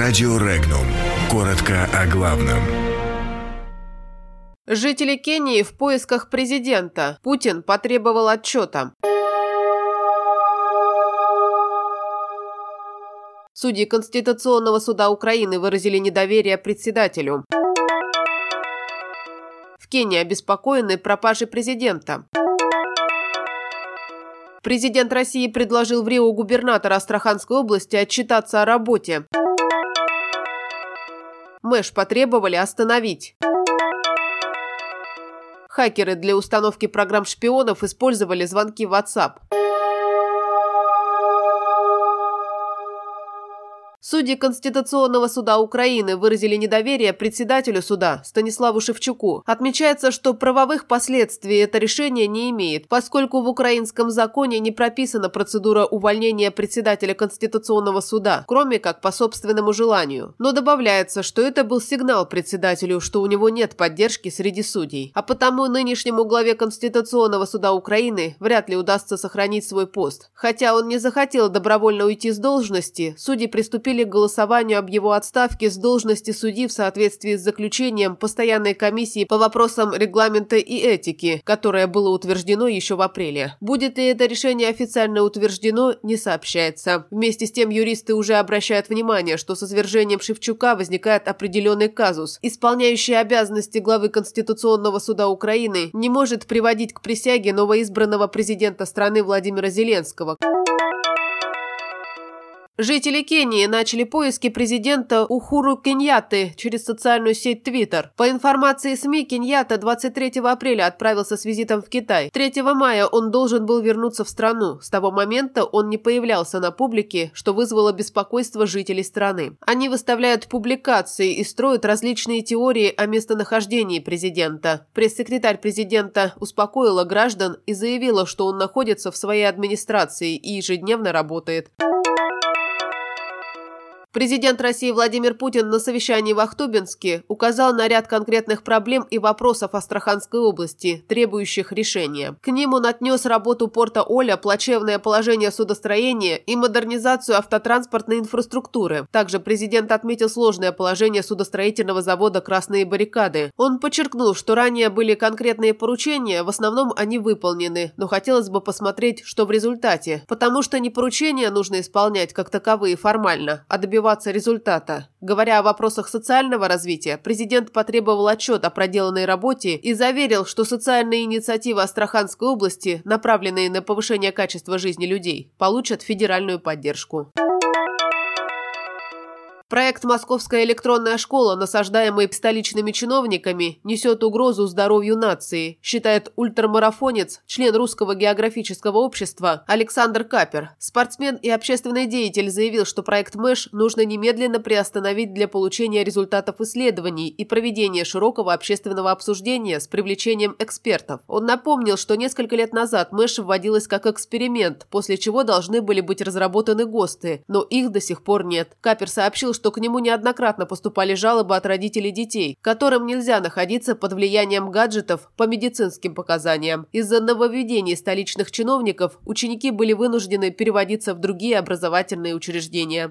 Радио Регнум. Коротко о главном. Жители Кении в поисках президента. Путин потребовал отчета. Судьи Конституционного суда Украины выразили недоверие председателю. В Кении обеспокоены пропажей президента. Президент России предложил в Рио губернатора Астраханской области отчитаться о работе. Мэш потребовали остановить. Хакеры для установки программ шпионов использовали звонки в WhatsApp. Судьи Конституционного суда Украины выразили недоверие председателю суда Станиславу Шевчуку. Отмечается, что правовых последствий это решение не имеет, поскольку в украинском законе не прописана процедура увольнения председателя Конституционного суда, кроме как по собственному желанию. Но добавляется, что это был сигнал председателю, что у него нет поддержки среди судей. А потому нынешнему главе Конституционного суда Украины вряд ли удастся сохранить свой пост. Хотя он не захотел добровольно уйти с должности, судьи приступили к голосованию об его отставке с должности судьи в соответствии с заключением Постоянной комиссии по вопросам регламента и этики, которое было утверждено еще в апреле. Будет ли это решение официально утверждено, не сообщается. Вместе с тем юристы уже обращают внимание, что со свержением Шевчука возникает определенный казус. Исполняющий обязанности главы Конституционного суда Украины не может приводить к присяге новоизбранного президента страны Владимира Зеленского. Жители Кении начали поиски президента Ухуру Кеньятты через социальную сеть Twitter. По информации СМИ, Кеньятта 23 апреля отправился с визитом в Китай. 3 мая он должен был вернуться в страну. С того момента он не появлялся на публике, что вызвало беспокойство жителей страны. Они выставляют публикации и строят различные теории о местонахождении президента. Пресс-секретарь президента успокоила граждан и заявила, что он находится в своей администрации и ежедневно работает. Президент России Владимир Путин на совещании в Ахтубинске указал на ряд конкретных проблем и вопросов Астраханской области, требующих решения. К ним он отнес работу порта Оля, плачевное положение судостроения и модернизацию автотранспортной инфраструктуры. Также президент отметил сложное положение судостроительного завода «Красные баррикады». Он подчеркнул, что ранее были конкретные поручения, в основном они выполнены, но хотелось бы посмотреть, что в результате, потому что не поручения нужно исполнять как таковые формально, а добиваться результата. Говоря о вопросах социального развития, президент потребовал отчет о проделанной работе и заверил, что социальные инициативы Астраханской области, направленные на повышение качества жизни людей, получат федеральную поддержку. Проект «Московская электронная школа», насаждаемый столичными чиновниками, несет угрозу здоровью нации, считает ультрамарафонец, член Русского географического общества Александр Капер. Спортсмен и общественный деятель заявил, что проект МЭШ нужно немедленно приостановить для получения результатов исследований и проведения широкого общественного обсуждения с привлечением экспертов. Он напомнил, что несколько лет назад МЭШ вводилась как эксперимент, после чего должны были быть разработаны ГОСТы, но их до сих пор нет. Капер сообщил, что к нему неоднократно поступали жалобы от родителей детей, которым нельзя находиться под влиянием гаджетов по медицинским показаниям. Из-за нововведений столичных чиновников ученики были вынуждены переводиться в другие образовательные учреждения.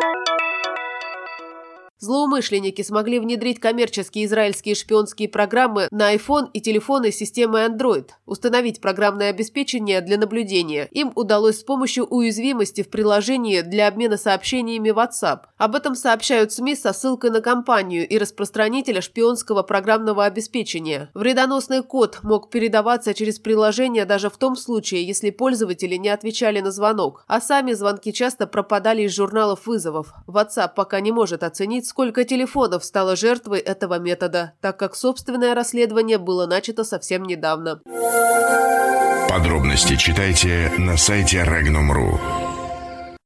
Злоумышленники смогли внедрить коммерческие израильские шпионские программы на iPhone и телефоны системы Android, установить программное обеспечение для наблюдения. Им удалось с помощью уязвимости в приложении для обмена сообщениями WhatsApp. Об этом сообщают СМИ со ссылкой на компанию и распространителя шпионского программного обеспечения. Вредоносный код мог передаваться через приложение даже в том случае, если пользователи не отвечали на звонок, а сами звонки часто пропадали из журналов вызовов. WhatsApp пока не может оценить, сколько телефонов стало жертвой этого метода, так как собственное расследование было начато совсем недавно. Подробности читайте на сайте Regnum.ru.